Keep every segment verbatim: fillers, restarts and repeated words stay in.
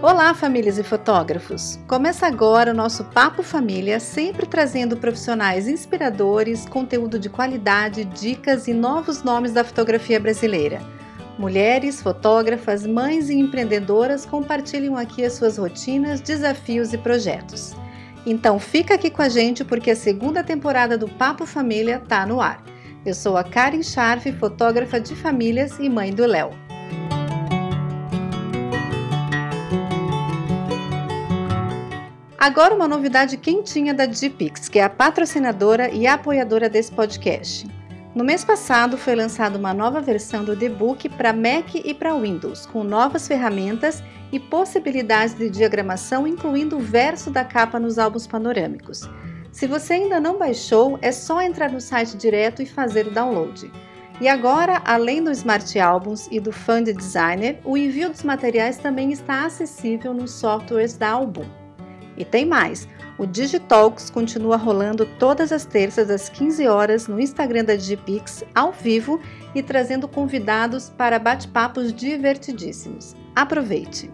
Olá, famílias e fotógrafos! Começa agora o nosso Papo Família, sempre trazendo profissionais inspiradores, conteúdo de qualidade, dicas e novos nomes da fotografia brasileira. Mulheres, fotógrafas, mães e empreendedoras compartilham aqui as suas rotinas, desafios e projetos. Então fica aqui com a gente porque a segunda temporada do Papo Família está no ar. Eu sou a Karen Scharf, fotógrafa de famílias e mãe do Léo. Agora uma novidade quentinha da Digipix, que é a patrocinadora e apoiadora desse podcast. No mês passado foi lançada uma nova versão do D-Book para Mac e para Windows, com novas ferramentas e possibilidades de diagramação, incluindo o verso da capa nos álbuns panorâmicos. Se você ainda não baixou, é só entrar no site direto e fazer o download. E agora, além do Smart Albums e do Fund Designer, o envio dos materiais também está acessível nos softwares da Album. E tem mais, o Digitalks continua rolando todas as terças às quinze horas no Instagram da Digipix, ao vivo e trazendo convidados para bate-papos divertidíssimos. Aproveite!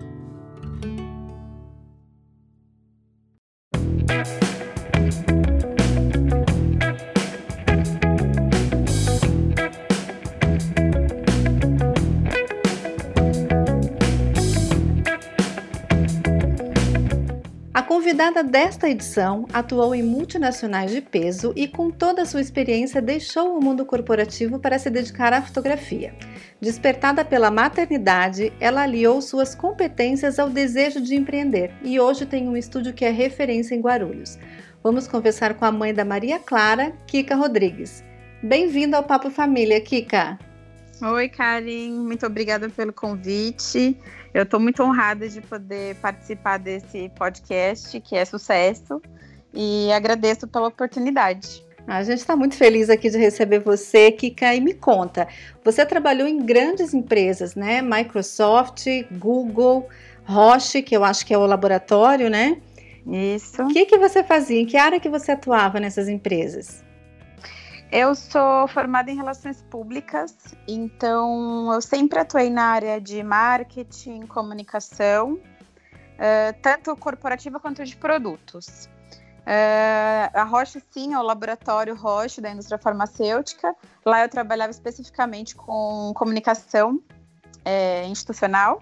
A convidada desta edição atuou em multinacionais de peso e, com toda a sua experiência, deixou o mundo corporativo para se dedicar à fotografia. Despertada pela maternidade, ela aliou suas competências ao desejo de empreender e hoje tem um estúdio que é referência em Guarulhos. Vamos conversar com a mãe da Maria Clara, Kika Rodrigues. Bem-vinda ao Papo Família, Kika! Oi, Karen, muito obrigada pelo convite. Eu estou muito honrada de poder participar desse podcast, que é sucesso, e agradeço pela oportunidade. A gente está muito feliz aqui de receber você, Kika, e me conta, você trabalhou em grandes empresas, né? Microsoft, Google, Roche, que eu acho que é o laboratório, né? Isso. O que, que você fazia? Em que área que você atuava nessas empresas? Eu sou formada em Relações Públicas, então eu sempre atuei na área de marketing, comunicação, uh, tanto corporativa quanto de produtos. Uh, a Roche, sim, é o laboratório Roche da indústria farmacêutica. Lá eu trabalhava especificamente com comunicação é, institucional.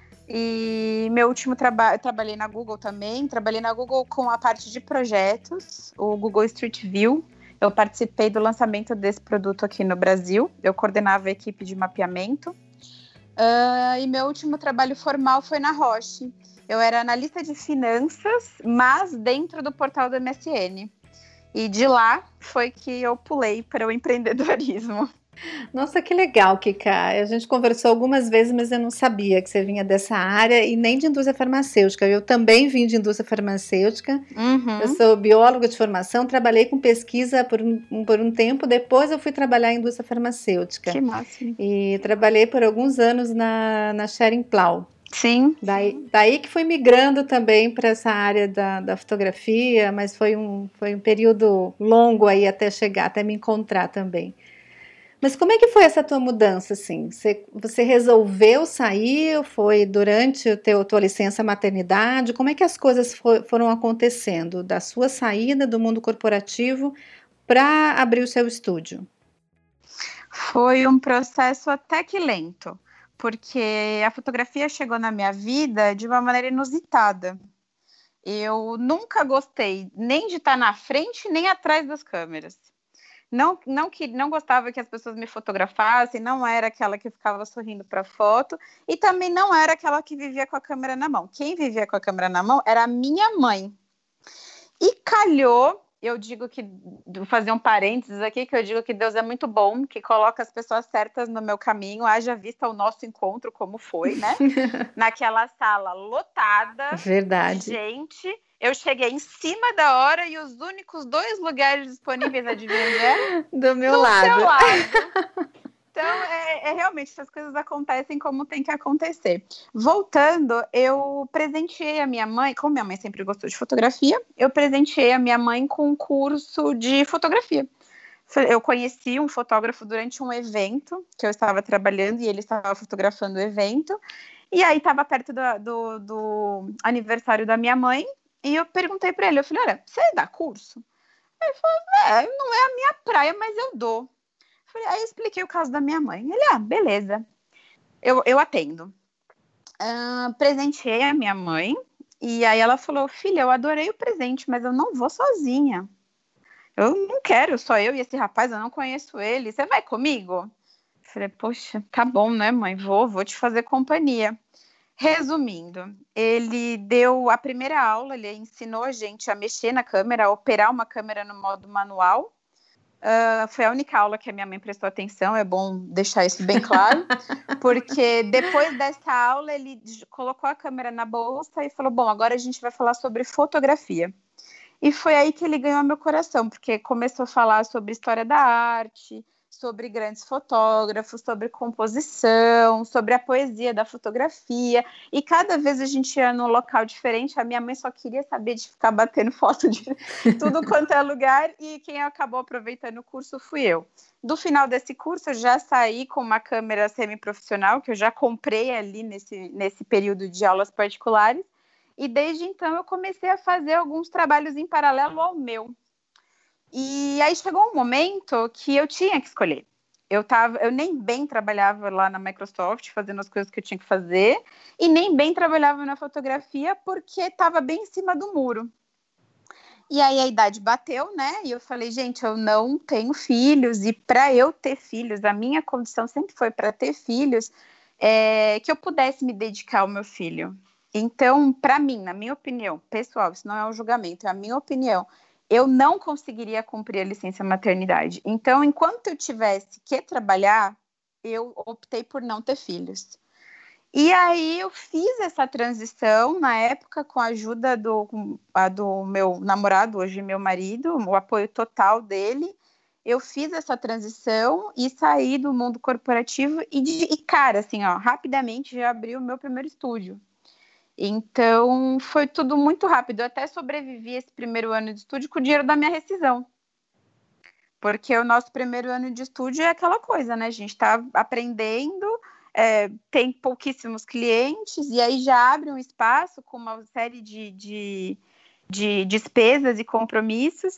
E meu último trabalho, eu trabalhei na Google também, trabalhei na Google com a parte de projetos, o Google Street View. Eu participei do lançamento desse produto aqui no Brasil, eu coordenava a equipe de mapeamento. Uh, e meu último trabalho formal foi na Roche. Eu era analista de finanças, mas dentro do portal do M S N. E de lá foi que eu pulei para o empreendedorismo. Nossa, que legal, Kika. A gente conversou algumas vezes, mas eu não sabia que você vinha dessa área e nem de indústria farmacêutica. Eu também vim de indústria farmacêutica. Uhum. Eu sou bióloga de formação, trabalhei com pesquisa por um, por um tempo, depois eu fui trabalhar em indústria farmacêutica. Que máximo. E trabalhei por alguns anos na, na Schering-Plough. Sim. Daí, daí que fui migrando também para essa área da, da fotografia, mas foi um, foi um período longo aí até chegar, até me encontrar também. Mas como é que foi essa tua mudança, assim? Você, você resolveu sair? Foi durante a teu, tua licença maternidade? Como é que as coisas for, foram acontecendo da sua saída do mundo corporativo para abrir o seu estúdio? Foi um processo até que lento, porque a fotografia chegou na minha vida de uma maneira inusitada. Eu nunca gostei nem de estar na frente, nem atrás das câmeras. Não, não, que, não gostava que as pessoas me fotografassem, não era aquela que ficava sorrindo para foto e também não era aquela que vivia com a câmera na mão. Quem vivia com a câmera na mão era a minha mãe. E calhou, eu digo que, vou fazer um parênteses aqui, que eu digo que Deus é muito bom, que coloca as pessoas certas no meu caminho, haja vista o nosso encontro, como foi, né? Naquela sala lotada. Verdade. De gente. Eu cheguei em cima da hora e os únicos dois lugares disponíveis, adivinha onde é? Do meu Do lado. seu lado. Então, é, é realmente, as coisas acontecem como tem que acontecer. Voltando, eu presenteei a minha mãe, como minha mãe sempre gostou de fotografia, eu presenteei a minha mãe com um curso de fotografia. Eu conheci um fotógrafo durante um evento que eu estava trabalhando e ele estava fotografando o evento. E aí estava perto do, do, do aniversário da minha mãe, e eu perguntei para ele, eu falei, olha, você dá curso? Ele falou, é, não é a minha praia, mas eu dou. Eu falei, aí eu expliquei o caso da minha mãe. Ele, ah, beleza, eu, eu atendo. Uh, presenteei a minha mãe, e aí ela falou, filha, eu adorei o presente, mas eu não vou sozinha. Eu não quero, só eu e esse rapaz, eu não conheço ele. Você vai comigo? Eu falei, poxa, tá bom, né, mãe? Vou, vou te fazer companhia. Resumindo, ele deu a primeira aula, ele ensinou a gente a mexer na câmera, a operar uma câmera no modo manual. Uh, foi a única aula que a minha mãe prestou atenção, é bom deixar isso bem claro, porque depois dessa aula ele colocou a câmera na bolsa e falou, bom, agora a gente vai falar sobre fotografia. E foi aí que ele ganhou meu coração, porque começou a falar sobre história da arte, sobre grandes fotógrafos, sobre composição, sobre a poesia da fotografia, e cada vez a gente ia num local diferente, a minha mãe só queria saber de ficar batendo foto de tudo quanto é lugar, e quem acabou aproveitando o curso fui eu. Do final desse curso, eu já saí com uma câmera semi-profissional, que eu já comprei ali nesse, nesse período de aulas particulares, e desde então eu comecei a fazer alguns trabalhos em paralelo ao meu. E aí chegou um momento que eu tinha que escolher. Eu, tava, eu nem bem trabalhava lá na Microsoft, fazendo as coisas que eu tinha que fazer, e nem bem trabalhava na fotografia, porque estava bem em cima do muro. E aí a idade bateu, né? E eu falei, gente, eu não tenho filhos, e para eu ter filhos, a minha condição sempre foi para ter filhos, é, que eu pudesse me dedicar ao meu filho. Então, para mim, na minha opinião, pessoal, isso não é um julgamento, é a minha opinião, eu não conseguiria cumprir a licença maternidade. Então, enquanto eu tivesse que trabalhar, eu optei por não ter filhos. E aí eu fiz essa transição, na época, com a ajuda do, a, do meu namorado, hoje meu marido, o apoio total dele. Eu fiz essa transição e saí do mundo corporativo e, de, e cara, assim, ó, rapidamente já abri o meu primeiro estúdio. Então, foi tudo muito rápido. Eu até sobrevivi esse primeiro ano de estúdio com o dinheiro da minha rescisão. Porque o nosso primeiro ano de estúdio é aquela coisa, né? A gente está aprendendo, é, tem pouquíssimos clientes, e aí já abre um espaço com uma série de, de, de despesas e compromissos.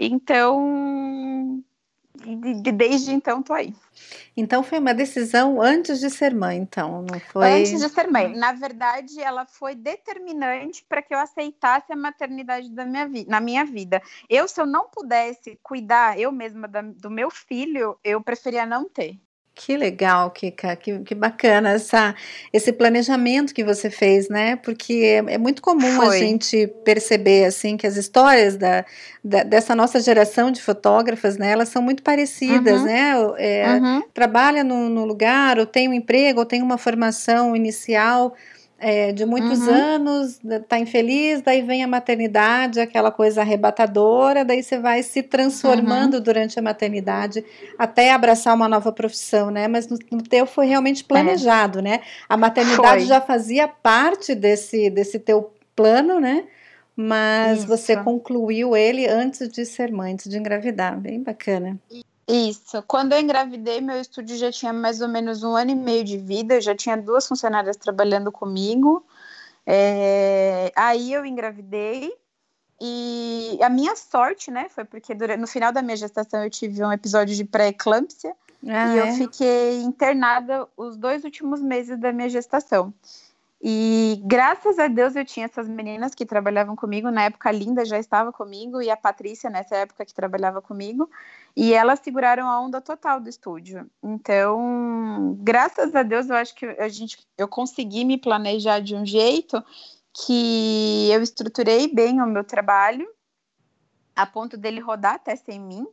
Então, de, desde então, tô aí. Então, foi uma decisão antes de ser mãe, então, não foi? Antes de ser mãe. Na verdade, ela foi determinante para que eu aceitasse a maternidade da minha vi- na minha vida. Eu, se eu não pudesse cuidar eu mesma da, do meu filho, eu preferia não ter. Que legal, Kika, que, que bacana essa, esse planejamento que você fez, né? Porque é, é muito comum Foi. a gente perceber, assim, que as histórias da, da, dessa nossa geração de fotógrafas, né? Elas são muito parecidas, uhum. né? É, uhum. Trabalha no, no lugar, ou tem um emprego, ou tem uma formação inicial é, de muitos uhum. anos, tá infeliz, daí vem a maternidade, aquela coisa arrebatadora, daí você vai se transformando uhum. durante a maternidade até abraçar uma nova profissão, né? Mas no, no teu foi realmente planejado, é. né? A maternidade foi. já fazia parte desse, desse teu plano, né? Mas Isso. você concluiu ele antes de ser mãe, antes de engravidar, bem bacana. Isso. Quando eu engravidei, meu estúdio já tinha mais ou menos um ano e meio de vida, eu já tinha duas funcionárias trabalhando comigo. É... Aí eu engravidei e a minha sorte, né, foi porque durante... no final da minha gestação eu tive um episódio de pré-eclâmpsia ah, e é? eu fiquei internada os dois últimos meses da minha gestação. E graças a Deus eu tinha essas meninas que trabalhavam comigo, na época a Linda já estava comigo e a Patrícia nessa época que trabalhava comigo, e elas seguraram a onda total do estúdio. Então, graças a Deus eu acho que a gente, eu consegui me planejar de um jeito que eu estruturei bem o meu trabalho, a ponto dele rodar até sem mim,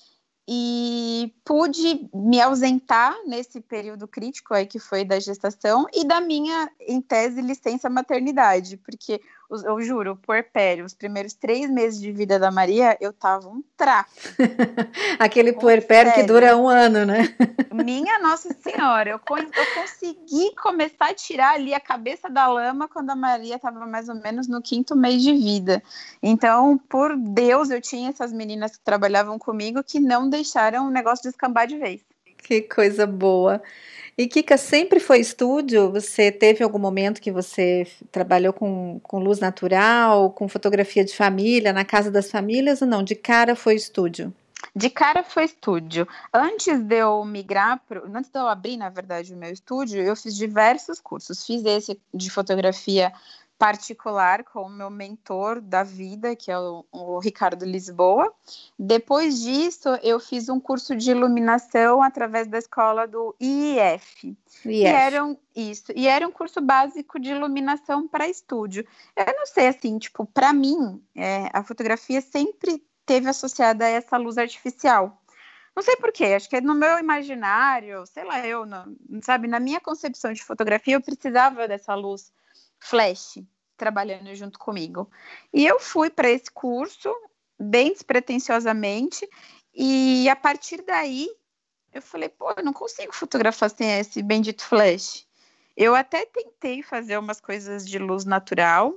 e pude me ausentar nesse período crítico aí que foi da gestação e da minha, em tese, licença maternidade, porque eu juro, o puerpério, os primeiros três meses de vida da Maria, eu tava um trapo. Aquele puerpério que dura um ano, né? Minha Nossa Senhora, eu, eu consegui começar a tirar ali a cabeça da lama quando a Maria estava mais ou menos no quinto mês de vida. Então, por Deus, eu tinha essas meninas que trabalhavam comigo que não deixaram o negócio descambar de vez. Que coisa boa. E Kika, sempre foi estúdio? Você teve algum momento que você f- trabalhou com, com luz natural, com fotografia de família, na casa das famílias ou não? De cara foi estúdio? De cara foi estúdio. Antes de eu migrar, pro, antes de eu abrir, na verdade, o meu estúdio, eu fiz diversos cursos. Fiz esse de fotografia particular com o meu mentor da vida, que é o, o Ricardo Lisboa. Depois disso, eu fiz um curso de iluminação através da escola do I I F. E I F. era um, isso, e era um curso básico de iluminação para estúdio. Eu não sei, assim, tipo, para mim, é, a fotografia sempre teve associada a essa luz artificial. Não sei por quê, acho que no meu imaginário, sei lá, eu, não, sabe, na minha concepção de fotografia, eu precisava dessa luz flash trabalhando junto comigo. E eu fui para esse curso, bem despretensiosamente, e a partir daí, eu falei, pô, eu não consigo fotografar sem esse bendito flash. Eu até tentei fazer umas coisas de luz natural,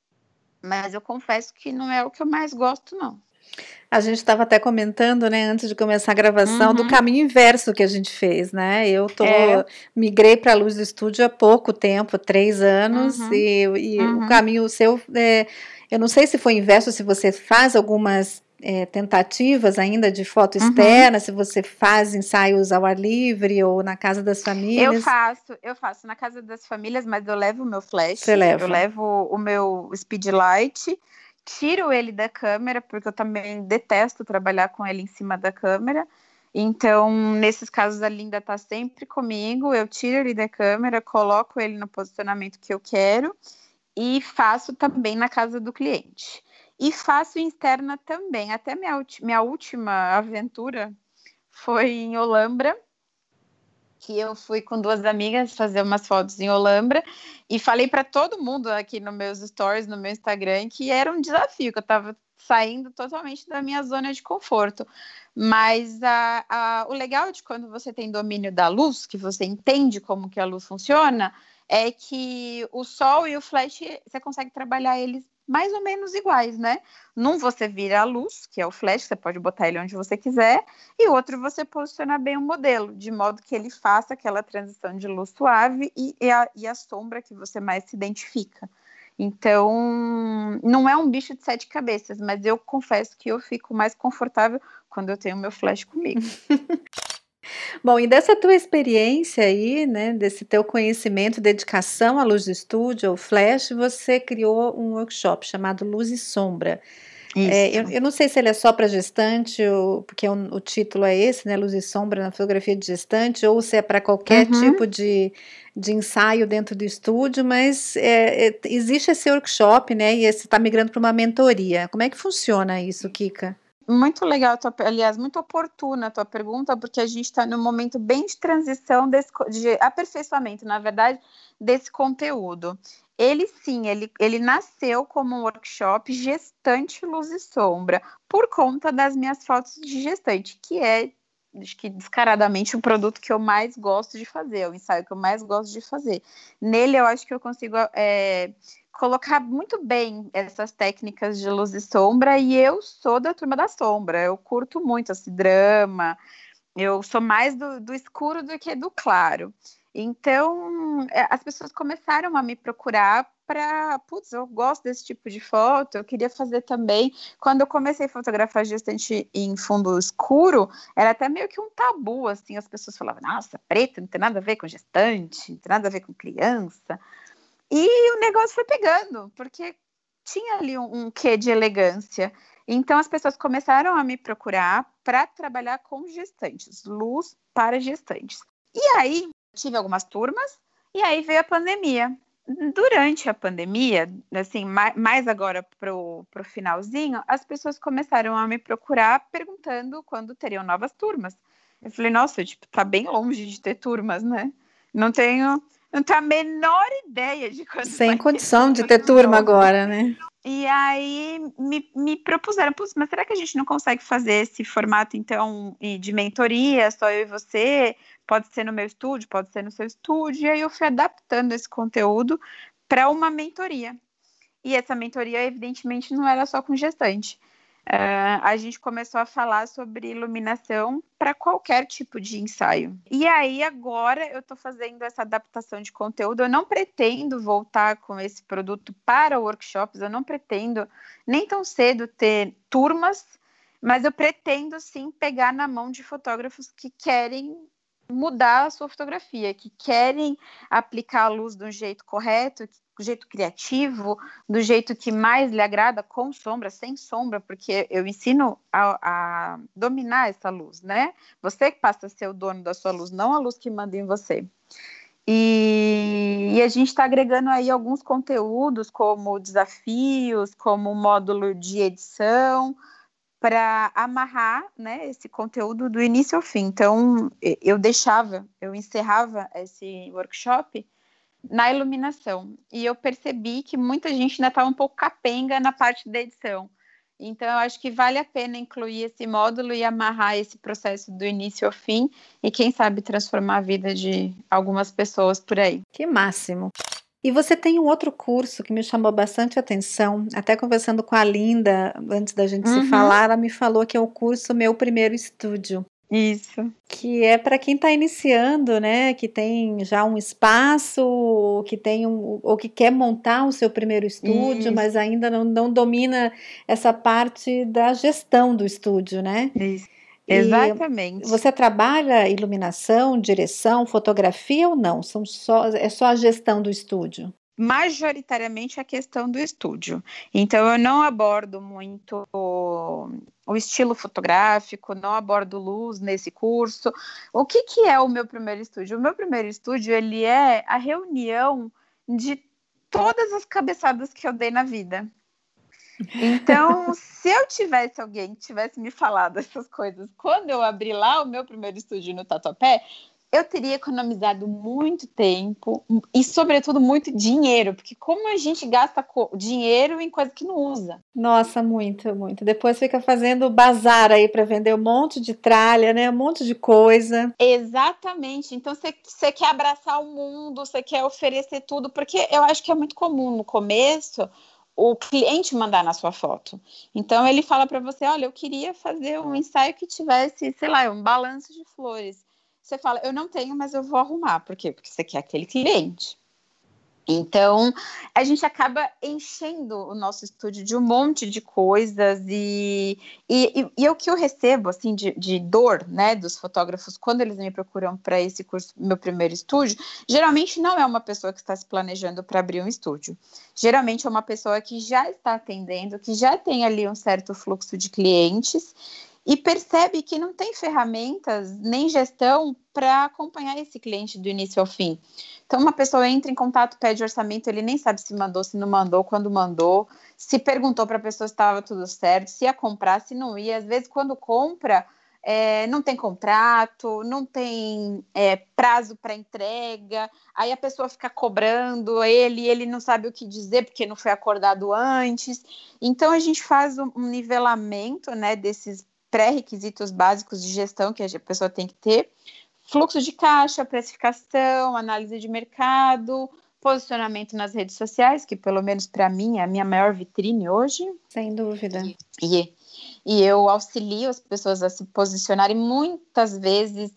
mas eu confesso que não é o que eu mais gosto, não. A gente estava até comentando, né, antes de começar a gravação, do Uhum. caminho inverso que a gente fez, né? Eu tô, É. migrei para a luz do estúdio há pouco tempo, três anos, Uhum. e, e o Uhum. caminho seu, é, eu não sei se foi inverso, se você faz algumas é, tentativas ainda de foto Uhum. externa, se você faz ensaios ao ar livre ou na casa das Eu famílias. faço, eu faço na casa das famílias, mas eu levo o meu flash, Você eu leva. levo o meu speedlight, tiro ele da câmera, porque eu também detesto trabalhar com ele em cima da câmera. Então, nesses casos, a Linda tá sempre comigo, eu tiro ele da câmera, coloco ele no posicionamento que eu quero e faço também na casa do cliente. E faço externa também. Até minha, ulti- minha última aventura foi em Olambra, que eu fui com duas amigas fazer umas fotos em Olambra e falei para todo mundo aqui nos meus stories, no meu Instagram, que era um desafio, que eu estava saindo totalmente da minha zona de conforto. Mas a, a, o legal de quando você tem domínio da luz, que você entende como que a luz funciona, é que o sol e o flash, você consegue trabalhar eles mais ou menos iguais, né? Num você vira a luz, que é o flash, você pode botar ele onde você quiser, e outro você posiciona bem o modelo, de modo que ele faça aquela transição de luz suave e, e, a, e a sombra que você mais se identifica. Então, não é um bicho de sete cabeças, mas eu confesso que eu fico mais confortável quando eu tenho meu flash comigo. Bom, e dessa tua experiência aí, né, desse teu conhecimento, dedicação à luz do estúdio, ao flash, você criou um workshop chamado Luz e Sombra. É, eu, Isso. eu não sei se ele é só para gestante, ou, porque o, o título é esse, né, Luz e Sombra na fotografia de gestante, ou se é para qualquer Uhum. tipo de, de ensaio dentro do estúdio, mas é, é, existe esse workshop, né, e você está migrando para uma mentoria. Como é que funciona isso, Kika? Muito legal, tua, aliás, muito oportuna a tua pergunta, porque a gente está num momento bem de transição, desse, de aperfeiçoamento, na verdade, desse conteúdo. Ele sim, ele, ele nasceu como um workshop gestante luz e sombra, por conta das minhas fotos de gestante, que é, acho que descaradamente, o produto que eu mais gosto de fazer, o ensaio que eu mais gosto de fazer. Nele eu acho que eu consigo... É, colocar muito bem essas técnicas de luz e sombra, e eu sou da turma da sombra, eu curto muito esse drama, eu sou mais do, do escuro do que do claro. Então, as pessoas começaram a me procurar para, putz, eu gosto desse tipo de foto, eu queria fazer também. Quando eu comecei a fotografar gestante em fundo escuro, era até meio que um tabu, assim, as pessoas falavam, nossa, preto não tem nada a ver com gestante, não tem nada a ver com criança. E o negócio foi pegando, porque tinha ali um, um quê de elegância. Então, as pessoas começaram a me procurar para trabalhar com gestantes, luz para gestantes. E aí, tive algumas turmas, e aí veio a pandemia. Durante a pandemia, assim, mais agora para o finalzinho, as pessoas começaram a me procurar perguntando quando teriam novas turmas. Eu falei, nossa, tipo, tá bem longe de ter turmas, né? Não tenho... Não tenho a menor ideia de quando Sem vai ter condição de turma ter de turma novo. agora, né? E aí me, me propuseram, mas será que a gente não consegue fazer esse formato, então, de mentoria, só eu e você? Pode ser no meu estúdio, pode ser no seu estúdio. E aí eu fui adaptando esse conteúdo para uma mentoria. E essa mentoria, evidentemente, não era só com gestante. Uh, a gente começou a falar sobre iluminação para qualquer tipo de ensaio. E aí agora eu estou fazendo essa adaptação de conteúdo. Eu não pretendo voltar com esse produto para workshops, eu não pretendo nem tão cedo ter turmas, mas eu pretendo sim pegar na mão de fotógrafos que querem mudar a sua fotografia, que querem aplicar a luz de um jeito correto, do jeito criativo, do jeito que mais lhe agrada, com sombra, sem sombra, porque eu ensino a, a dominar essa luz, né? Você que passa a ser o dono da sua luz, não a luz que manda em você. E, e a gente está agregando aí alguns conteúdos, como desafios, como módulo de edição, para amarrar, né, esse conteúdo do início ao fim. Então, eu deixava, eu encerrava esse workshop na iluminação. E eu percebi que muita gente ainda estava um pouco capenga na parte da edição. Então, eu acho que vale a pena incluir esse módulo e amarrar esse processo do início ao fim e, quem sabe, transformar a vida de algumas pessoas por aí. Que máximo! E você tem um outro curso que me chamou bastante atenção, até conversando com a Linda, antes da gente uhum. se falar, ela me falou que é o curso Meu Primeiro Estúdio. Isso. Que é para quem está iniciando, né? Que tem já um espaço, que tem um, ou que quer montar o seu primeiro estúdio, Isso. mas ainda não, não domina essa parte da gestão do estúdio, né? Isso. Exatamente. E você trabalha iluminação, direção, fotografia ou não? São só, é só a gestão do estúdio? Majoritariamente a questão do estúdio. Então, eu não abordo muito o, o estilo fotográfico, não abordo luz nesse curso. O que, que é o meu primeiro estúdio? O meu primeiro estúdio, ele é a reunião de todas as cabeçadas que eu dei na vida. Então, se eu tivesse alguém que tivesse me falado essas coisas quando eu abri lá o meu primeiro estúdio no Tatuapé, eu teria economizado muito tempo e, sobretudo, muito dinheiro, porque como a gente gasta dinheiro em coisa que não usa. Nossa, muito, muito. Depois fica fazendo bazar aí para vender um monte de tralha, né? Um monte de coisa. Exatamente. Então, você quer abraçar o mundo, você quer oferecer tudo, porque eu acho que é muito comum no começo o cliente mandar na sua foto. Então, ele fala para você, olha, eu queria fazer um ensaio que tivesse, sei lá, um balanço de flores. Você fala, eu não tenho, mas eu vou arrumar. Por quê? Porque você quer aquele cliente. Então, a gente acaba enchendo o nosso estúdio de um monte de coisas e, e, e, e o que eu recebo, assim, de, de dor, né, dos fotógrafos quando eles me procuram para esse curso, meu primeiro estúdio, geralmente não é uma pessoa que está se planejando para abrir um estúdio. Geralmente é uma pessoa que já está atendendo, que já tem ali um certo fluxo de clientes e percebe que não tem ferramentas nem gestão para acompanhar esse cliente do início ao fim. Então, uma pessoa entra em contato, pede orçamento, ele nem sabe se mandou, se não mandou, quando mandou, se perguntou para a pessoa se estava tudo certo, se ia comprar, se não ia. Às vezes, quando compra, é, não tem contrato, não tem é, prazo para entrega, aí a pessoa fica cobrando ele, ele não sabe o que dizer porque não foi acordado antes. Então, a gente faz um, um nivelamento, né, desses pré-requisitos básicos de gestão que a pessoa tem que ter, fluxo de caixa, precificação, análise de mercado, posicionamento nas redes sociais, que pelo menos para mim é a minha maior vitrine hoje. Sem dúvida. E, e eu auxilio as pessoas a se posicionarem. Muitas vezes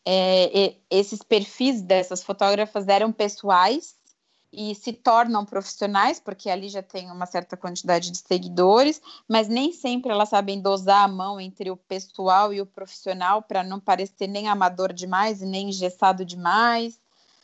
é, esses perfis dessas fotógrafas eram pessoais e se tornam profissionais, porque ali já tem uma certa quantidade de seguidores, mas nem sempre elas sabem dosar a mão entre o pessoal e o profissional para não parecer nem amador demais e nem engessado demais.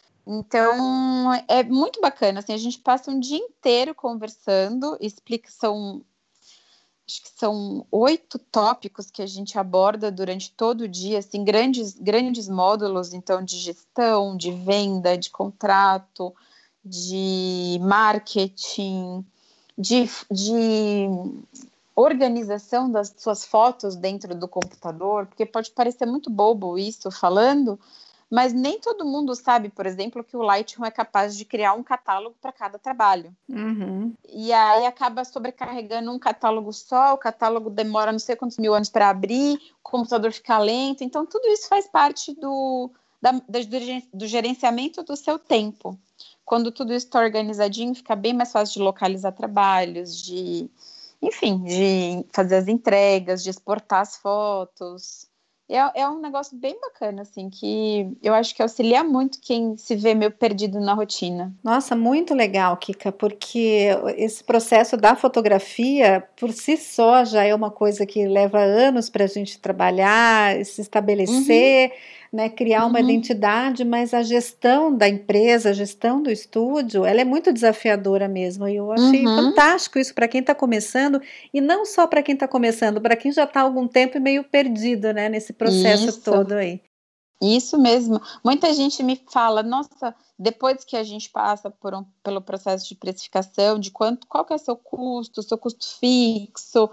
Então, é muito bacana, assim, a gente passa um dia inteiro conversando, explica, são, acho que são oito tópicos que a gente aborda durante todo o dia, assim, grandes, grandes módulos, então, de gestão, de venda, de contrato, de marketing, de, de organização das suas fotos dentro do computador, porque pode parecer muito bobo isso falando, mas nem todo mundo sabe, por exemplo, que o Lightroom é capaz de criar um catálogo para cada trabalho. Uhum. E aí acaba sobrecarregando um catálogo só, o catálogo demora não sei quantos mil anos para abrir, o computador fica lento, então tudo isso faz parte do, da, do gerenciamento do seu tempo. Quando tudo isso está organizadinho, fica bem mais fácil de localizar trabalhos, de, enfim, de fazer as entregas, de exportar as fotos. É, é um negócio bem bacana, assim, que eu acho que auxilia muito quem se vê meio perdido na rotina. Nossa, muito legal, Kika, porque esse processo da fotografia, por si só, já é uma coisa que leva anos para a gente trabalhar, se estabelecer, uhum. né, criar uma uhum. identidade, mas a gestão da empresa, a gestão do estúdio, ela é muito desafiadora mesmo, e eu achei uhum. fantástico isso para quem está começando, e não só para quem está começando, para quem já está há algum tempo e meio perdido, né, nesse processo isso. todo aí. Isso mesmo. Muita gente me fala, nossa, depois que a gente passa por um, pelo processo de precificação, de quanto, qual que é o seu custo, seu custo fixo,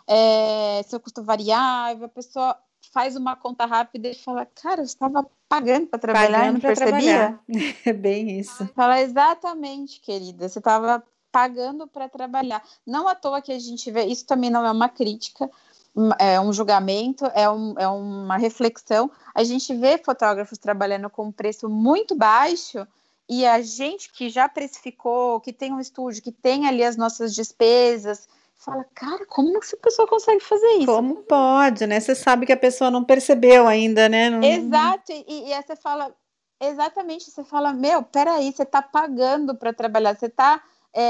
é, seu custo variável, a pessoa faz uma conta rápida e fala, cara, eu estava pagando para trabalhar pagando e não percebia? É bem isso. Fala, exatamente, querida, você estava pagando para trabalhar. Não à toa que a gente vê, isso também não é uma crítica, é um julgamento, é, um, é uma reflexão. A gente vê fotógrafos trabalhando com um preço muito baixo e a gente que já precificou, que tem um estúdio, que tem ali as nossas despesas, fala, cara, como essa pessoa consegue fazer isso? Como pode, né? Você sabe que a pessoa não percebeu ainda, né? Não... Exato, e, e aí você fala, exatamente, você fala, meu, peraí, você tá pagando para trabalhar, você tá,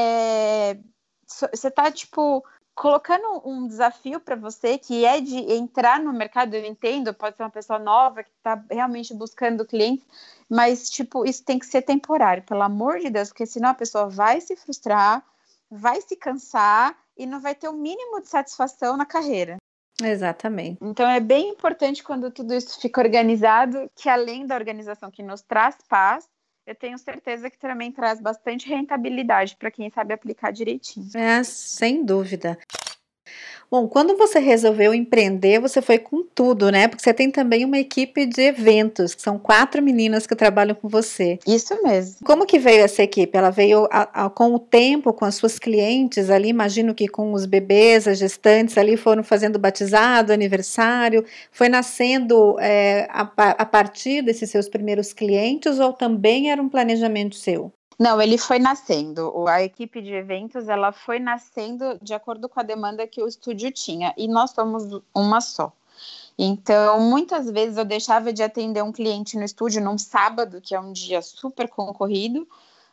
é, você tá, tipo... colocando um desafio para você, que é de entrar no mercado, eu entendo, pode ser uma pessoa nova que está realmente buscando clientes, mas, tipo, isso tem que ser temporário, pelo amor de Deus, porque senão a pessoa vai se frustrar, vai se cansar e não vai ter o mínimo de satisfação na carreira. Exatamente. Então, é bem importante quando tudo isso fica organizado, que além da organização que nos traz paz, eu tenho certeza que também traz bastante rentabilidade para quem sabe aplicar direitinho. É, sem dúvida. Bom, quando você resolveu empreender, você foi com tudo, né? Porque você tem também uma equipe de eventos, que são quatro meninas que trabalham com você. Isso mesmo. Como que veio essa equipe? Ela veio a, a, com o tempo, com as suas clientes ali, imagino que com os bebês, as gestantes ali foram fazendo batizado, aniversário, foi nascendo é, a, a partir desses seus primeiros clientes ou também era um planejamento seu? Não, ele foi nascendo. A equipe de eventos, ela foi nascendo de acordo com a demanda que o estúdio tinha. E nós somos uma só. Então, muitas vezes eu deixava de atender um cliente no estúdio num sábado, que é um dia super concorrido,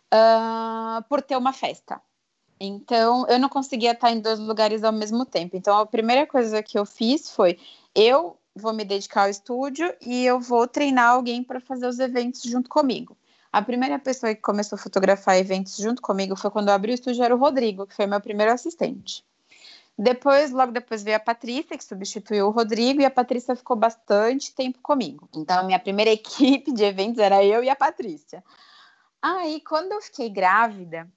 uh, por ter uma festa. Então, eu não conseguia estar em dois lugares ao mesmo tempo. Então, a primeira coisa que eu fiz foi, eu vou me dedicar ao estúdio e eu vou treinar alguém para fazer os eventos junto comigo. A primeira pessoa que começou a fotografar eventos junto comigo foi quando eu abri o estúdio, era o Rodrigo, que foi meu primeiro assistente. Depois, logo depois veio a Patrícia, que substituiu o Rodrigo, e a Patrícia ficou bastante tempo comigo. Então, a minha primeira equipe de eventos era eu e a Patrícia. Aí, quando eu fiquei grávida,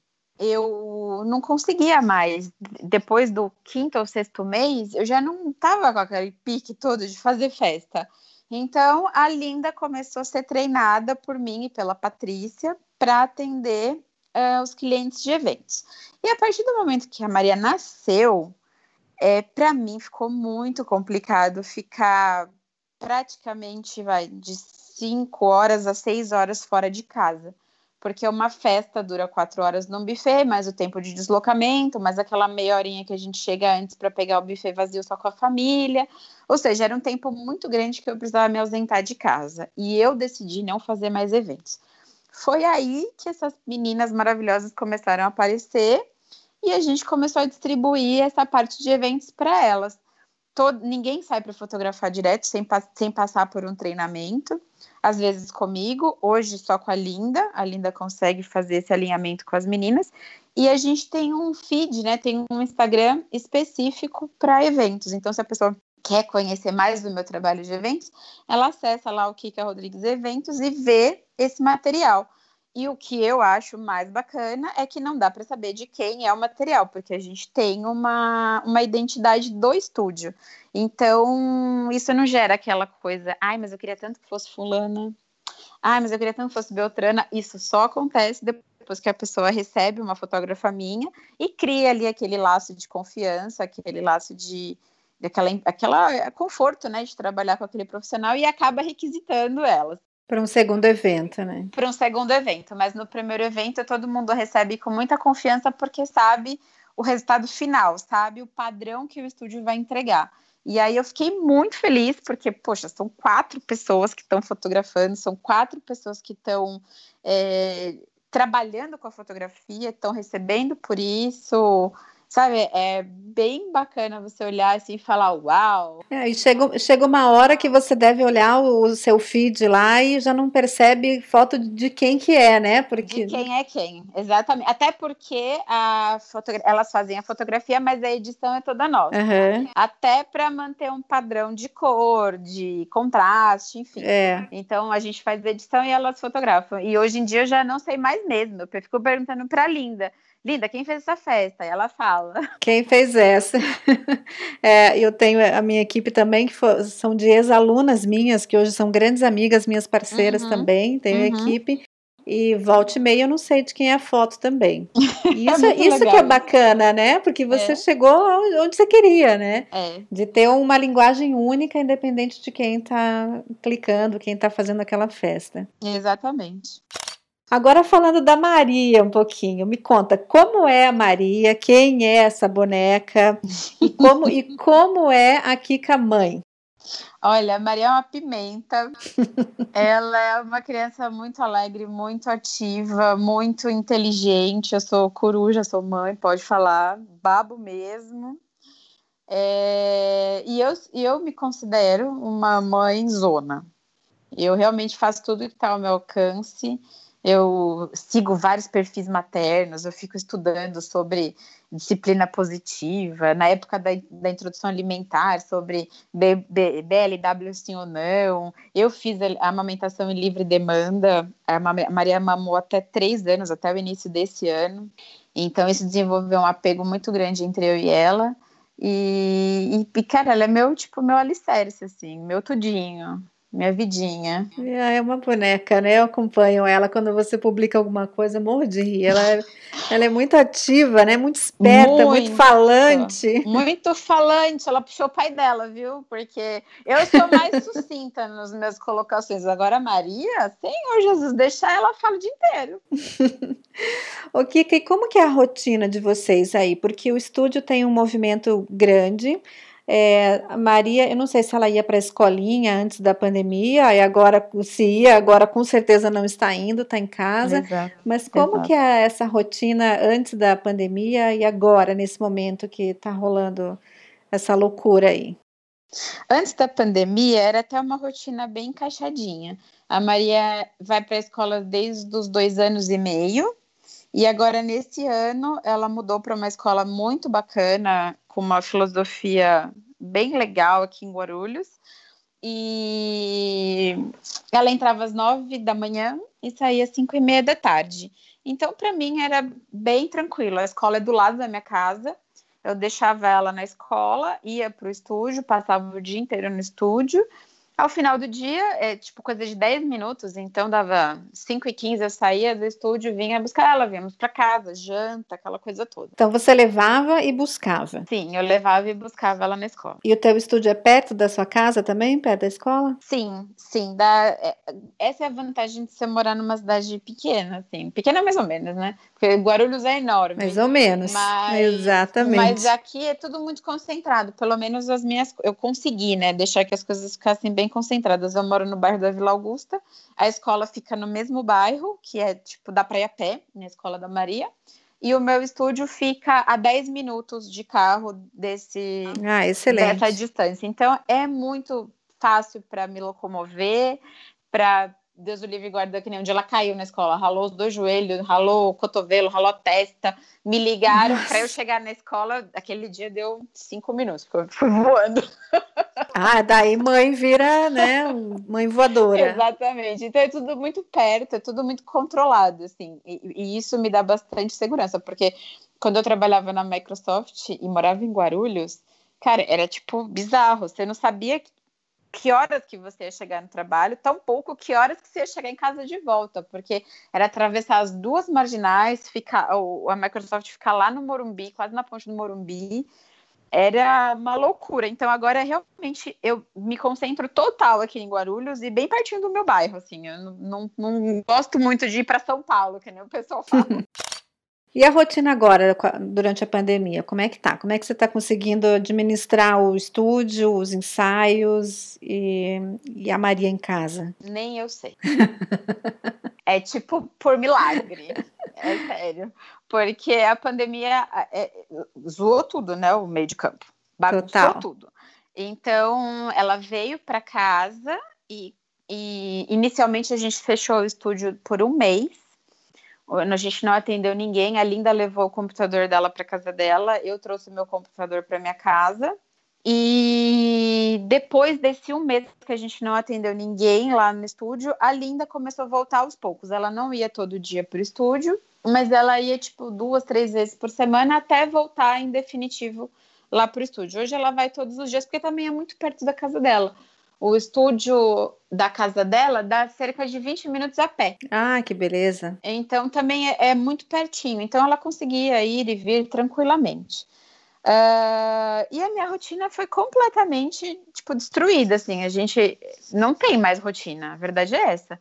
eu não conseguia mais. Depois do quinto ou sexto mês, eu já não estava com aquele pique todo de fazer festa. Então, a Linda começou a ser treinada por mim e pela Patrícia para atender uh, os clientes de eventos. E a partir do momento que a Maria nasceu, é, para mim ficou muito complicado ficar praticamente vai, de cinco horas a seis horas fora de casa. Porque uma festa dura quatro horas num buffet, mais o tempo de deslocamento, mais aquela meia horinha que a gente chega antes para pegar o buffet vazio só com a família. Ou seja, era um tempo muito grande que eu precisava me ausentar de casa. E eu decidi não fazer mais eventos. Foi aí que essas meninas maravilhosas começaram a aparecer e a gente começou a distribuir essa parte de eventos para elas. Todo, ninguém sai para fotografar direto sem, sem passar por um treinamento. Às vezes comigo, hoje só com a Linda. A Linda consegue fazer esse alinhamento com as meninas. E a gente tem um feed, né? Tem um Instagram específico para eventos. Então, se a pessoa quer conhecer mais do meu trabalho de eventos, ela acessa lá o Kika Rodrigues Eventos e vê esse material. E o que eu acho mais bacana é que não dá para saber de quem é o material, porque a gente tem uma, uma identidade do estúdio. Então, isso não gera aquela coisa, ai, mas eu queria tanto que fosse fulana, ai, mas eu queria tanto que fosse Beltrana. Isso só acontece depois que a pessoa recebe uma fotógrafa minha e cria ali aquele laço de confiança, aquele laço de, de aquela, aquela conforto, né, de trabalhar com aquele profissional e acaba requisitando elas. Para um segundo evento, né? Para um segundo evento, mas no primeiro evento todo mundo recebe com muita confiança porque sabe o resultado final, sabe? O padrão que o estúdio vai entregar. E aí eu fiquei muito feliz, porque, poxa, são quatro pessoas que estão fotografando, são quatro pessoas que estão é, trabalhando com a fotografia, estão recebendo por isso, sabe? É bem bacana você olhar assim e falar, uau! É, e chega, chega uma hora que você deve olhar o, o seu feed lá e já não percebe foto de quem que é, né? De Porque... quem é quem, exatamente. Até porque a fotogra- elas fazem a fotografia, mas a edição é toda nossa. Uhum. Até para manter um padrão de cor, de contraste, enfim. É. Então a gente faz edição e elas fotografam. E hoje em dia eu já não sei mais mesmo. Eu fico perguntando para Linda. Linda, quem fez essa festa? E ela fala. Quem fez essa? É, eu tenho a minha equipe também, que for, são de ex-alunas minhas, que hoje são grandes amigas, minhas parceiras Uhum, também, tenho uhum. equipe, e volta e meia eu não sei de quem é a foto também. E isso, É é isso legal, que é bacana, né? Porque você é. chegou onde você queria, né? É. De ter uma linguagem única, independente de quem está clicando, quem está fazendo aquela festa. Exatamente. Agora falando da Maria um pouquinho, me conta como é a Maria, quem é essa boneca e como, e como é a Kika mãe? Olha, a Maria é uma pimenta, ela é uma criança muito alegre, muito ativa, muito inteligente, eu sou coruja, sou mãe, pode falar, babo mesmo, é... e, eu, e eu me considero uma mãe zona. Eu realmente faço tudo que está ao meu alcance. Eu sigo vários perfis maternos, eu fico estudando sobre disciplina positiva, na época da, da introdução alimentar, sobre B, B, B L W sim ou não. Eu fiz a amamentação em livre demanda, a Maria mamou até três anos, até o início desse ano. Então isso desenvolveu um apego muito grande entre eu e ela. E, e cara, ela é meu, tipo, meu alicerce, assim, meu tudinho. Minha vidinha. É uma boneca, né? Eu acompanho ela quando você publica alguma coisa, morro de rir. Ela é, ela é muito ativa, né? Muito esperta, muito, muito falante. Muito falante. Ela puxou o pai dela, viu? Porque eu sou mais sucinta nas minhas colocações. Agora a Maria, Senhor Jesus, deixar ela fala o dia inteiro. Ô, Kika, e como que é a rotina de vocês aí? Porque o estúdio tem um movimento grande. É, a Maria, eu não sei se ela ia para a escolinha antes da pandemia, e agora se ia, agora com certeza não está indo, está em casa. Exato, mas como exato. que é essa rotina antes da pandemia e agora, nesse momento que está rolando essa loucura aí? Antes da pandemia, era até uma rotina bem encaixadinha. A Maria vai para a escola desde os dois anos e meio, e agora, nesse ano, ela mudou para uma escola muito bacana, com uma filosofia bem legal aqui em Guarulhos. E ela entrava às nove da manhã e saía às cinco e meia da tarde. Então, para mim, era bem tranquilo. A escola é do lado da minha casa. Eu deixava ela na escola, ia para o estúdio, passava o dia inteiro no estúdio. Ao final do dia, é tipo coisa de dez minutos, então dava cinco e quinze, eu saía do estúdio, vinha buscar ela, viemos para casa, janta, aquela coisa toda. Então você levava e buscava? Sim, eu levava e buscava ela na escola. E o teu estúdio é perto da sua casa também, perto da escola? Sim, sim, dá, é, essa é a vantagem de você morar numa cidade pequena, assim, pequena mais ou menos, né? Porque Guarulhos é enorme. Mais ou menos, mas, exatamente. Mas aqui é tudo muito concentrado, pelo menos as minhas, eu consegui, né, deixar que as coisas ficassem bem concentradas. Eu moro no bairro da Vila Augusta, a escola fica no mesmo bairro, que é tipo, dá pra ir a pé, na Escola da Maria, e o meu estúdio fica a dez minutos de carro desse, ah, excelente. dessa distância. Então é muito fácil para me locomover, para Deus o livre e guarda, que nem um dia ela caiu na escola, ralou os dois joelhos, ralou o cotovelo, ralou a testa, me ligaram para eu chegar na escola, aquele dia deu cinco minutos, foi voando. Ah, daí mãe vira, né, mãe voadora. Exatamente, então é tudo muito perto, é tudo muito controlado, assim, e, e isso me dá bastante segurança, porque quando eu trabalhava na Microsoft e morava em Guarulhos, cara, era tipo bizarro, você não sabia que que horas que você ia chegar no trabalho, tão pouco que horas que você ia chegar em casa de volta, porque era atravessar as duas marginais, ficar, a Microsoft ficar lá no Morumbi, quase na ponte do Morumbi, era uma loucura. Então agora realmente eu me concentro total aqui em Guarulhos e bem pertinho do meu bairro, assim, eu não, não, não gosto muito de ir para São Paulo, que nem o pessoal fala. E a rotina agora, durante a pandemia, como é que tá? Como é que você está conseguindo administrar o estúdio, os ensaios e, e a Maria em casa? Nem eu sei. É tipo por milagre. É sério. Porque a pandemia é, zoou tudo, né? O meio de campo. Bagunçou Total. tudo. Então, ela veio para casa e, e inicialmente a gente fechou o estúdio por um mês. A gente não atendeu ninguém. A Linda levou o computador dela para casa dela. Eu trouxe o meu computador para minha casa. E depois desse um mês que a gente não atendeu ninguém lá no estúdio, a Linda começou a voltar aos poucos. Ela não ia todo dia para o estúdio, mas ela ia tipo duas, três vezes por semana até voltar em definitivo lá para o estúdio. Hoje ela vai todos os dias porque também é muito perto da casa dela. O estúdio da casa dela dá cerca de vinte minutos a pé. Ah, que beleza. Então também é, é muito pertinho. Então ela conseguia ir e vir tranquilamente. Uh, e a minha rotina foi completamente tipo destruída, assim. A gente não tem mais rotina, a verdade é essa,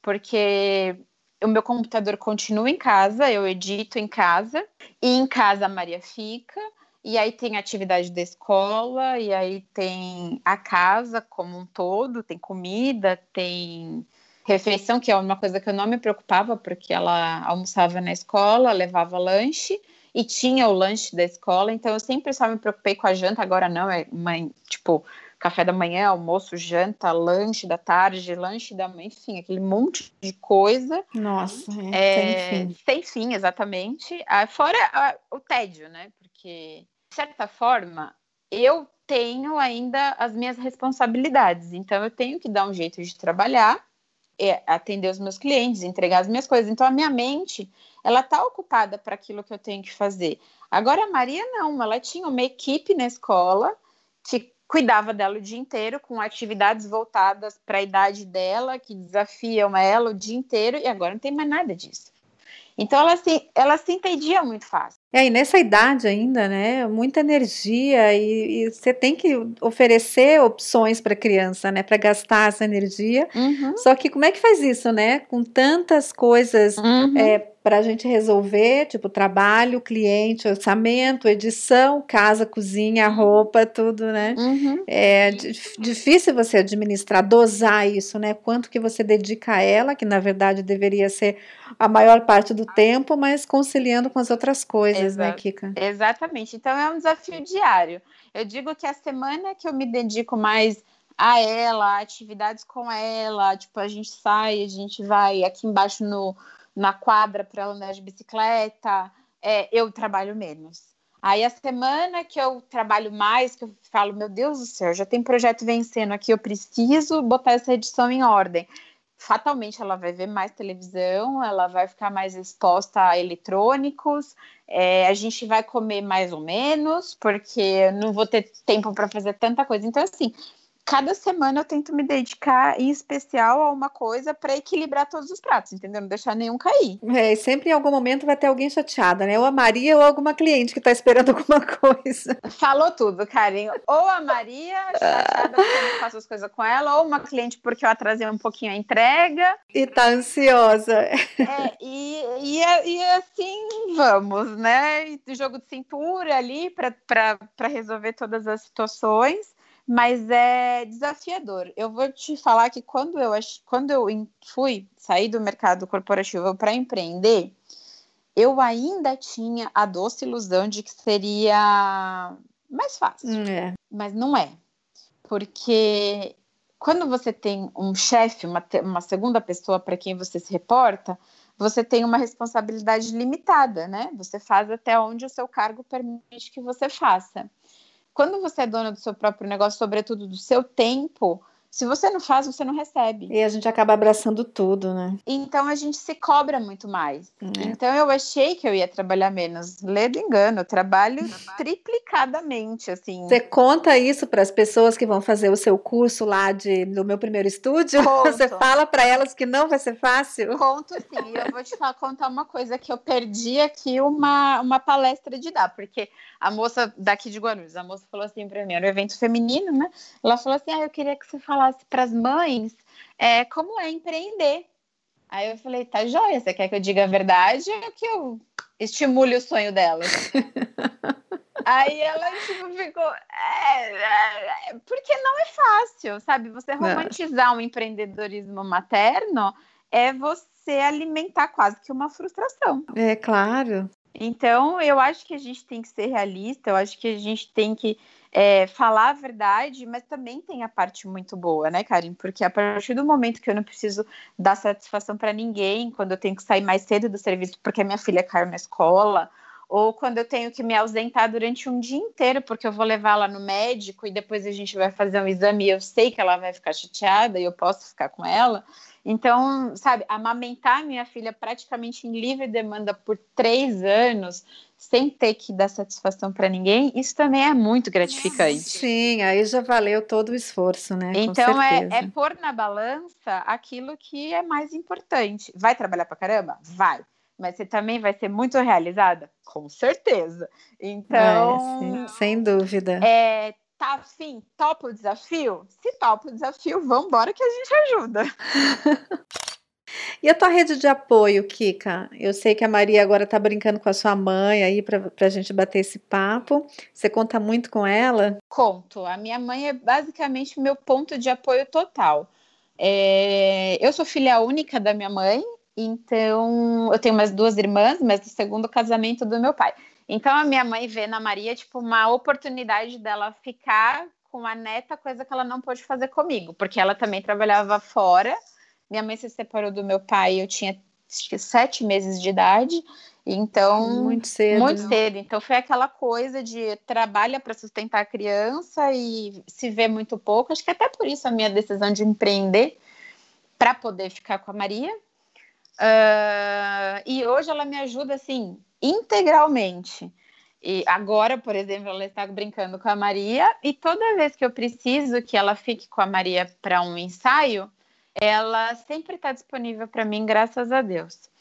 porque o meu computador continua em casa, eu edito em casa, e em casa a Maria fica, e aí tem a atividade da escola, e aí tem a casa como um todo, tem comida, tem refeição, que é uma coisa que eu não me preocupava, porque ela almoçava na escola, levava lanche, e tinha o lanche da escola, então eu sempre só me preocupei com a janta, agora não, é uma, tipo, café da manhã, almoço, janta, lanche da tarde, lanche da manhã, enfim, aquele monte de coisa. Nossa, é, é, sem fim. Sem fim, exatamente. Ah, fora ah, o tédio, né, porque, de certa forma, eu tenho ainda as minhas responsabilidades, então eu tenho que dar um jeito de trabalhar, é, atender os meus clientes, entregar as minhas coisas. Então a minha mente, ela tá ocupada para aquilo que eu tenho que fazer. Agora a Maria não, ela tinha uma equipe na escola que cuidava dela o dia inteiro, com atividades voltadas para a idade dela, que desafiam ela o dia inteiro, e agora não tem mais nada disso. Então ela se, ela se entendia muito fácil. É, e nessa idade ainda, né, muita energia e, e você tem que oferecer opções para a criança, né, para gastar essa energia. Uhum. Só que como é que faz isso, né, com tantas coisas uhum. é, para a gente resolver, tipo trabalho, cliente, orçamento, edição, casa, cozinha, roupa, tudo, né? Uhum. É difícil você administrar, dosar isso, né? Quanto que você dedica a ela, que na verdade deveria ser a maior parte do tempo, mas conciliando com as outras coisas. Exato. Né, Kika? Exatamente. Então é um desafio diário. Eu digo que a semana que eu me dedico mais a ela, atividades com ela, tipo, a gente sai, a gente vai aqui embaixo no, na quadra para ela andar de bicicleta, é, eu trabalho menos. Aí a semana que eu trabalho mais, que eu falo, meu Deus do céu, já tem projeto vencendo aqui, eu preciso botar essa edição em ordem. Fatalmente ela vai ver mais televisão, ela vai ficar mais exposta a eletrônicos, é, a gente vai comer mais ou menos, porque eu não vou ter tempo para fazer tanta coisa. Então, assim, cada semana eu tento me dedicar em especial a uma coisa para equilibrar todos os pratos, entendeu? Não deixar nenhum cair. É, e sempre em algum momento vai ter alguém chateada, né? Ou a Maria ou alguma cliente que está esperando alguma coisa. Falou tudo, Karen. Ou a Maria, chateada porque eu não faço as coisas com ela, ou uma cliente porque eu atrasei um pouquinho a entrega. E tá ansiosa. É, e, e, e assim vamos, né? E jogo de cintura ali para resolver todas as situações. Mas é desafiador. Eu vou te falar que quando eu, quando eu fui sair do mercado corporativo para empreender, eu ainda tinha a doce ilusão de que seria mais fácil. É. Mas não é. Porque quando você tem um chefe, uma, uma segunda pessoa para quem você se reporta, você tem uma responsabilidade limitada, né? Você faz até onde o seu cargo permite que você faça. Quando você é dona do seu próprio negócio, sobretudo do seu tempo, se você não faz, você não recebe. E a gente acaba abraçando tudo, né? Então a gente se cobra muito mais. É. Então eu achei que eu ia trabalhar menos. Lê do engano, eu trabalho triplicadamente, assim. Você conta isso para as pessoas que vão fazer o seu curso lá de, do meu primeiro estúdio? Conto. Você fala para elas que não vai ser fácil? Conto sim, e eu vou te falar, contar uma coisa que eu perdi aqui uma, uma palestra de dar, porque a moça daqui de Guarulhos, a moça falou assim para mim, era um evento feminino, né? Ela falou assim, ah, eu queria que você falasse para as mães é, como é empreender. Aí eu falei, tá joia, você quer que eu diga a verdade ou que eu estimule o sonho delas. Aí ela, tipo, ficou... É, é, porque não é fácil, sabe? Você romantizar um empreendedorismo materno é você alimentar quase que uma frustração. É, claro. Então, eu acho que a gente tem que ser realista, eu acho que a gente tem que é, falar a verdade, mas também tem a parte muito boa, né, Karen? Porque a partir do momento que eu não preciso dar satisfação para ninguém, quando eu tenho que sair mais cedo do serviço porque a minha filha caiu na escola, ou quando eu tenho que me ausentar durante um dia inteiro porque eu vou levar ela no médico e depois a gente vai fazer um exame e eu sei que ela vai ficar chateada e eu posso ficar com ela. Então, sabe, amamentar minha filha praticamente em livre demanda por três anos, sem ter que dar satisfação para ninguém, isso também é muito gratificante. Sim, aí já valeu todo o esforço, né? Então, Com certeza. É, é pôr na balança aquilo que é mais importante. Vai trabalhar para caramba? Vai. Mas você também vai ser muito realizada? Com certeza. Então, é, sim, sem dúvida. É, tá afim? Topa o desafio? Se topa o desafio, vamos embora que a gente ajuda. E a tua rede de apoio, Kika? Eu sei que a Maria agora tá brincando com a sua mãe aí para a gente bater esse papo. Você conta muito com ela? Conto. A minha mãe é basicamente meu ponto de apoio total. É, eu sou filha única da minha mãe, então eu tenho umas duas irmãs, mas do segundo casamento do meu pai. Então a minha mãe vê na Maria tipo uma oportunidade dela ficar com a neta, coisa que ela não pôde fazer comigo, porque ela também trabalhava fora. Minha mãe se separou do meu pai, eu tinha acho que sete meses de idade, então muito cedo. Muito cedo. Então foi aquela coisa de trabalha para sustentar a criança e se vê muito pouco. Acho que até por isso a minha decisão de empreender para poder ficar com a Maria. Uh, e hoje ela me ajuda assim integralmente. E agora, por exemplo, ela está brincando com a Maria e toda vez que eu preciso que ela fique com a Maria para um ensaio, ela sempre está disponível para mim, graças a Deus.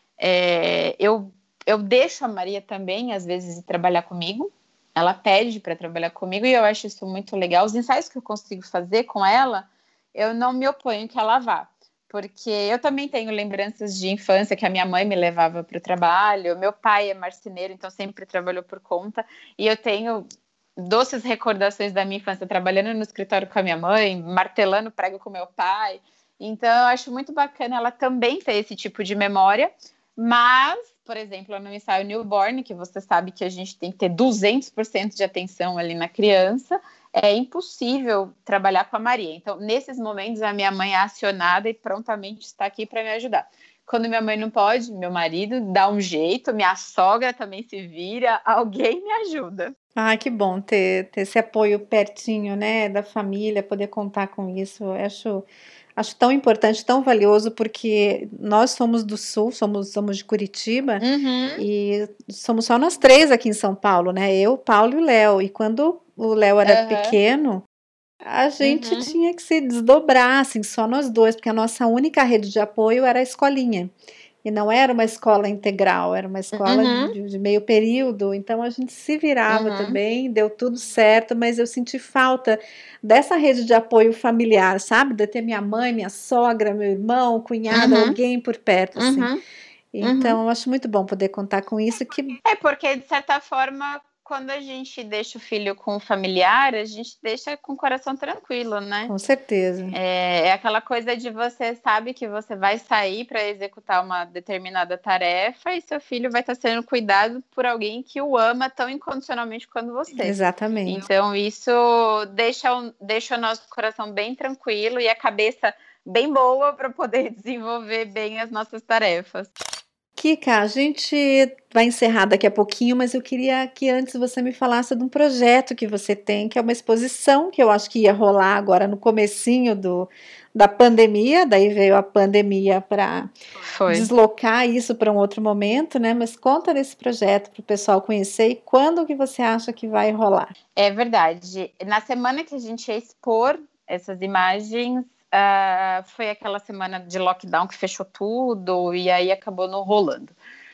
É, eu, eu deixo a Maria também, às vezes, ir trabalhar comigo. Ela pede para trabalhar comigo e eu acho isso muito legal. Os ensaios que eu consigo fazer com ela, eu não me oponho que ela vá. Porque eu também tenho lembranças de infância que a minha mãe me levava para o trabalho. Meu pai é marceneiro, então sempre trabalhou por conta. E eu tenho doces recordações da minha infância trabalhando no escritório com a minha mãe, martelando prego com meu pai. Então, eu acho muito bacana ela também ter esse tipo de memória. Mas, por exemplo, no ensaio newborn, que você sabe que a gente tem que ter duzentos por cento de atenção ali na criança, é impossível trabalhar com a Maria. Então, nesses momentos, a minha mãe é acionada e prontamente está aqui para me ajudar. Quando minha mãe não pode, meu marido dá um jeito, minha sogra também se vira, alguém me ajuda. Ah, que bom ter, ter esse apoio pertinho, né, da família, poder contar com isso. Eu acho, acho tão importante, tão valioso, porque nós somos do Sul, somos, somos de Curitiba, Uhum. e somos só nós três aqui em São Paulo, né? Eu, Paulo e o Léo. E quando o Léo era Uhum. pequeno, a gente Uhum. tinha que se desdobrar, assim, só nós dois, porque a nossa única rede de apoio era a escolinha. E não era uma escola integral, era uma escola Uhum. de, de meio período, então a gente se virava Uhum. também, deu tudo certo, mas eu senti falta dessa rede de apoio familiar, sabe? De ter minha mãe, minha sogra, meu irmão, cunhada, Uhum. alguém por perto, assim. Uhum. Então, Uhum. eu acho muito bom poder contar com isso. Que... É porque, de certa forma, quando a gente deixa o filho com o familiar, a gente deixa com o coração tranquilo, né? Com certeza. É, é aquela coisa de você sabe que você vai sair para executar uma determinada tarefa e seu filho vai estar sendo cuidado por alguém que o ama tão incondicionalmente quanto você. Exatamente. Então, isso deixa o, deixa o nosso coração bem tranquilo e a cabeça bem boa para poder desenvolver bem as nossas tarefas. Kika, a gente vai encerrar daqui a pouquinho, mas eu queria que antes você me falasse de um projeto que você tem, que é uma exposição que eu acho que ia rolar agora no comecinho do, da pandemia, daí veio a pandemia para deslocar isso para um outro momento, né? Mas conta desse projeto para o pessoal conhecer e quando que você acha que vai rolar. É verdade. Na semana que a gente ia expor essas imagens, Uh, foi aquela semana de lockdown que fechou tudo e aí acabou não rolando.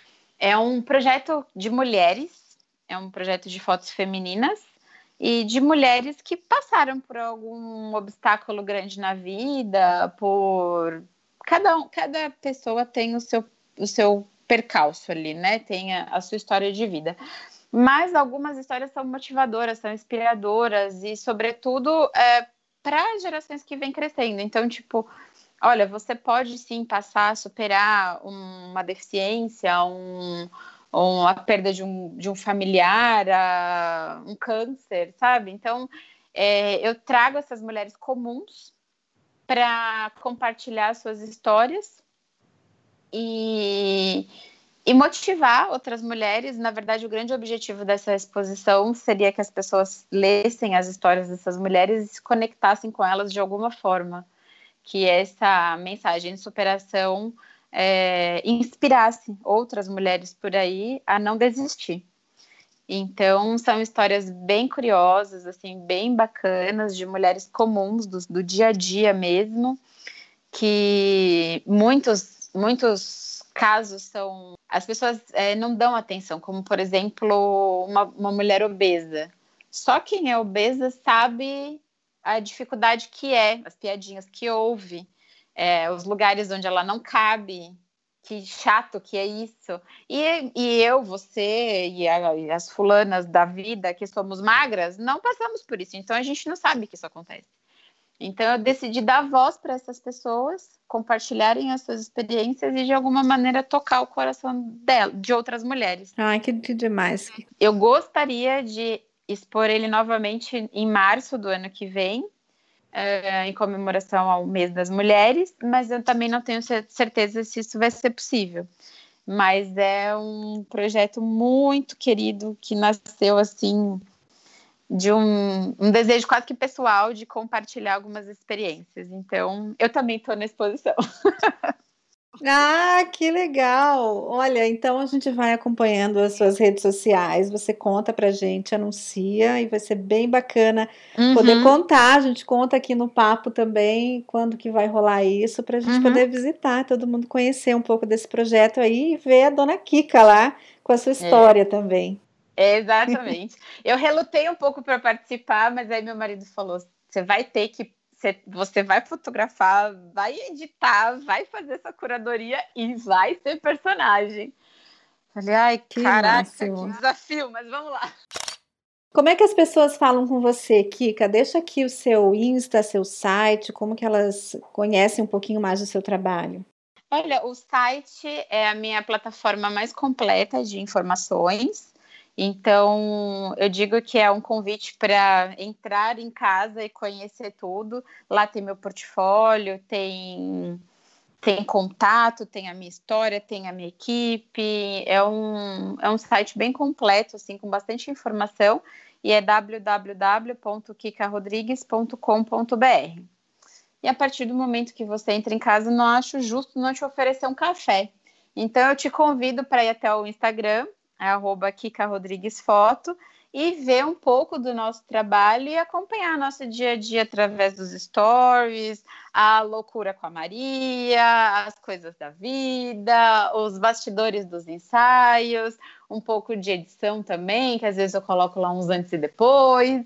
É um projeto de mulheres, é um projeto de fotos femininas e de mulheres que passaram por algum obstáculo grande na vida, por... Cada, cada pessoa tem o seu, o seu percalço ali, né? Tem a, a sua história de vida. Mas algumas histórias são motivadoras, são inspiradoras e, sobretudo, é, para gerações que vêm crescendo. Então, tipo, olha, você pode sim passar a superar uma deficiência, um, um, a perda de um, de um familiar, a, um câncer, sabe? Então, é, eu trago essas mulheres comuns para compartilhar suas histórias e... E motivar outras mulheres. Na verdade, o grande objetivo dessa exposição seria que as pessoas lessem as histórias dessas mulheres e se conectassem com elas de alguma forma. Que essa mensagem de superação é, inspirasse outras mulheres por aí a não desistir. Então, são histórias bem curiosas, assim, bem bacanas, de mulheres comuns, do, do dia a dia mesmo, que muitos, muitos casos são... As pessoas é, não dão atenção, como, por exemplo, uma, uma mulher obesa. Só quem é obesa sabe a dificuldade que é, as piadinhas que ouve, é, os lugares onde ela não cabe, que chato que é isso. E, e eu, você e, a, e as fulanas da vida que somos magras, não passamos por isso. Então, a gente não sabe que isso acontece. Então, eu decidi dar voz para essas pessoas, compartilharem as suas experiências e, de alguma maneira, tocar o coração dela, de outras mulheres. Ai, que, que demais. Eu gostaria de expor ele novamente em março do ano que vem, uh, em comemoração ao mês das mulheres, mas eu também não tenho certeza se isso vai ser possível. Mas é um projeto muito querido que nasceu, assim... de um, um desejo quase que pessoal de compartilhar algumas experiências. Então, eu também estou na exposição. Ah, que legal! Olha, então a gente vai acompanhando as suas redes sociais, você conta pra gente, anuncia, e vai ser bem bacana Uhum. poder contar. A gente conta aqui no papo também quando que vai rolar isso, pra gente Uhum. poder visitar, todo mundo conhecer um pouco desse projeto aí e ver a dona Kika lá com a sua história é. também. Exatamente. Eu relutei um pouco para participar, mas aí meu marido falou: você vai ter que, você vai fotografar, vai editar, vai fazer essa curadoria e vai ser personagem. Falei, ai, que caraca, máximo. Que desafio, mas vamos lá. Como é que as pessoas falam com você, Kika? Deixa aqui o seu Insta, seu site, como que elas conhecem um pouquinho mais do seu trabalho? Olha, o site é a minha plataforma mais completa de informações. Então, eu digo que é um convite para entrar em casa e conhecer tudo. Lá tem meu portfólio, tem, tem contato, tem a minha história, tem a minha equipe. É um, é um site bem completo, assim, com bastante informação. E é w w w ponto kika rodrigues ponto com ponto b r. E a partir do momento que você entra em casa, não acho justo não te oferecer um café. Então, eu te convido para ir até o Instagram, é arroba Kika Rodrigues Foto, e ver um pouco do nosso trabalho e acompanhar nosso dia a dia através dos stories, a loucura com a Maria, as coisas da vida, os bastidores dos ensaios, um pouco de edição também, que às vezes eu coloco lá uns antes e depois.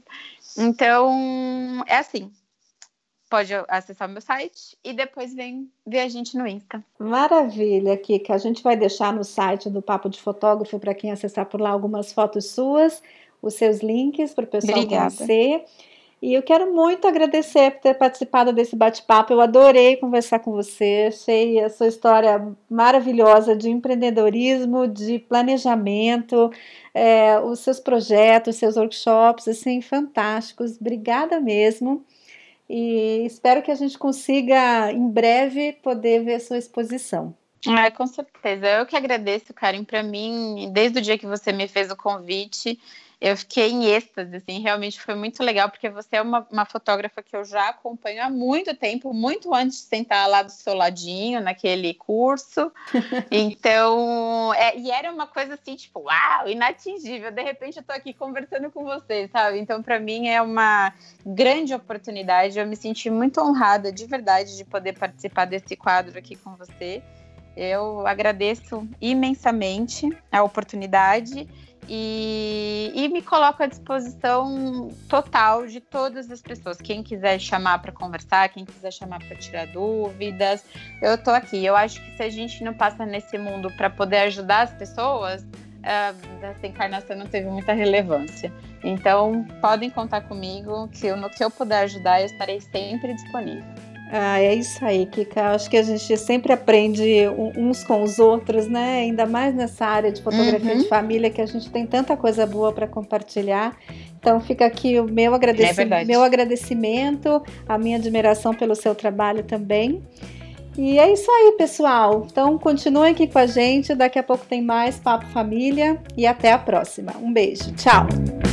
Então, é assim. Pode acessar o meu site e depois vem ver a gente no Insta. Maravilha, Kika. A gente vai deixar no site do Papo de Fotógrafo, para quem acessar por lá, algumas fotos suas, os seus links para o pessoal Obrigada. Conhecer. E eu quero muito agradecer por ter participado desse bate-papo. Eu adorei conversar com você. Achei a sua história maravilhosa de empreendedorismo, de planejamento, é, os seus projetos, seus workshops, assim, fantásticos. Obrigada mesmo. E espero que a gente consiga, em breve, poder ver a sua exposição. É, com certeza. Eu que agradeço, Karen. Para mim, desde o dia que você me fez o convite, eu fiquei em êxtase, assim, realmente foi muito legal, porque você é uma, uma fotógrafa que eu já acompanho há muito tempo, muito antes de sentar lá do seu ladinho, naquele curso. Então, é, e era uma coisa assim, tipo, uau, inatingível. De repente eu tô aqui conversando com você, sabe? Então, para mim é uma grande oportunidade. Eu me senti muito honrada, de verdade, de poder participar desse quadro aqui com você. Eu agradeço imensamente a oportunidade E, e me coloco à disposição total de todas as pessoas. Quem quiser chamar para conversar, quem quiser chamar para tirar dúvidas, eu tô aqui. Eu acho que se a gente não passa nesse mundo para poder ajudar as pessoas, uh, essa encarnação não teve muita relevância. Então, podem contar comigo, que eu, no que eu puder ajudar, eu estarei sempre disponível. Ah, é isso aí, Kika. Acho que a gente sempre aprende uns com os outros, né? Ainda mais nessa área de fotografia uhum. de família, que a gente tem tanta coisa boa para compartilhar. Então fica aqui o meu, agradeci- é meu agradecimento, a minha admiração pelo seu trabalho também. E é isso aí, pessoal. Então continuem aqui com a gente. Daqui a pouco tem mais Papo Família e até a próxima. Um beijo. Tchau!